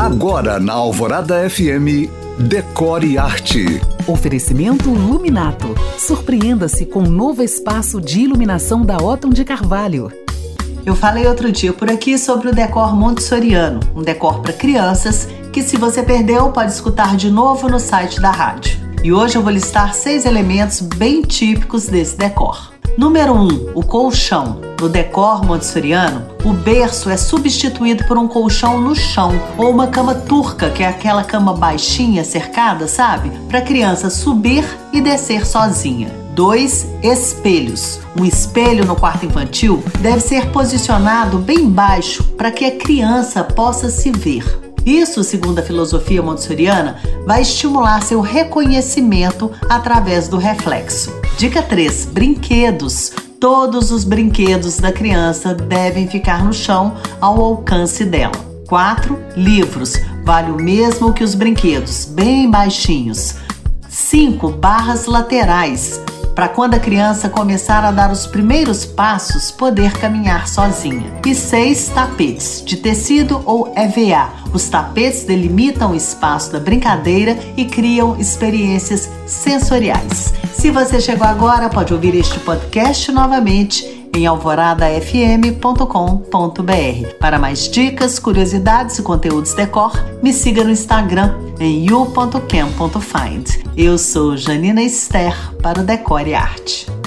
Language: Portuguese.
Agora na Alvorada FM, Decore Arte. Oferecimento Luminato. Surpreenda-se com um novo espaço de iluminação da Otton de Carvalho. Eu falei outro dia por aqui sobre o decor montessoriano, um decor para crianças que, se você perdeu, pode escutar de novo no site da rádio. E hoje eu vou listar 6 elementos bem típicos desse decor. Número 1, o colchão. No decor montessoriano, o berço é substituído por um colchão no chão ou uma cama turca, que é aquela cama baixinha, cercada, sabe? Para a criança subir e descer sozinha. 2, espelhos. Um espelho no quarto infantil deve ser posicionado bem baixo para que a criança possa se ver. Isso, segundo a filosofia montessoriana, vai estimular seu reconhecimento através do reflexo. Dica 3, brinquedos. Todos os brinquedos da criança devem ficar no chão ao alcance dela. 4, livros. Vale o mesmo que os brinquedos, bem baixinhos. 5, barras laterais. Para quando a criança começar a dar os primeiros passos, poder caminhar sozinha. E 6, tapetes, de tecido ou EVA. Os tapetes delimitam o espaço da brincadeira e criam experiências sensoriais. Se você chegou agora, pode ouvir este podcast novamente em alvoradafm.com.br. Para mais dicas, curiosidades e conteúdos decor, me siga no Instagram em you.cam.find. Eu sou Janina Esther para o Decore Arte.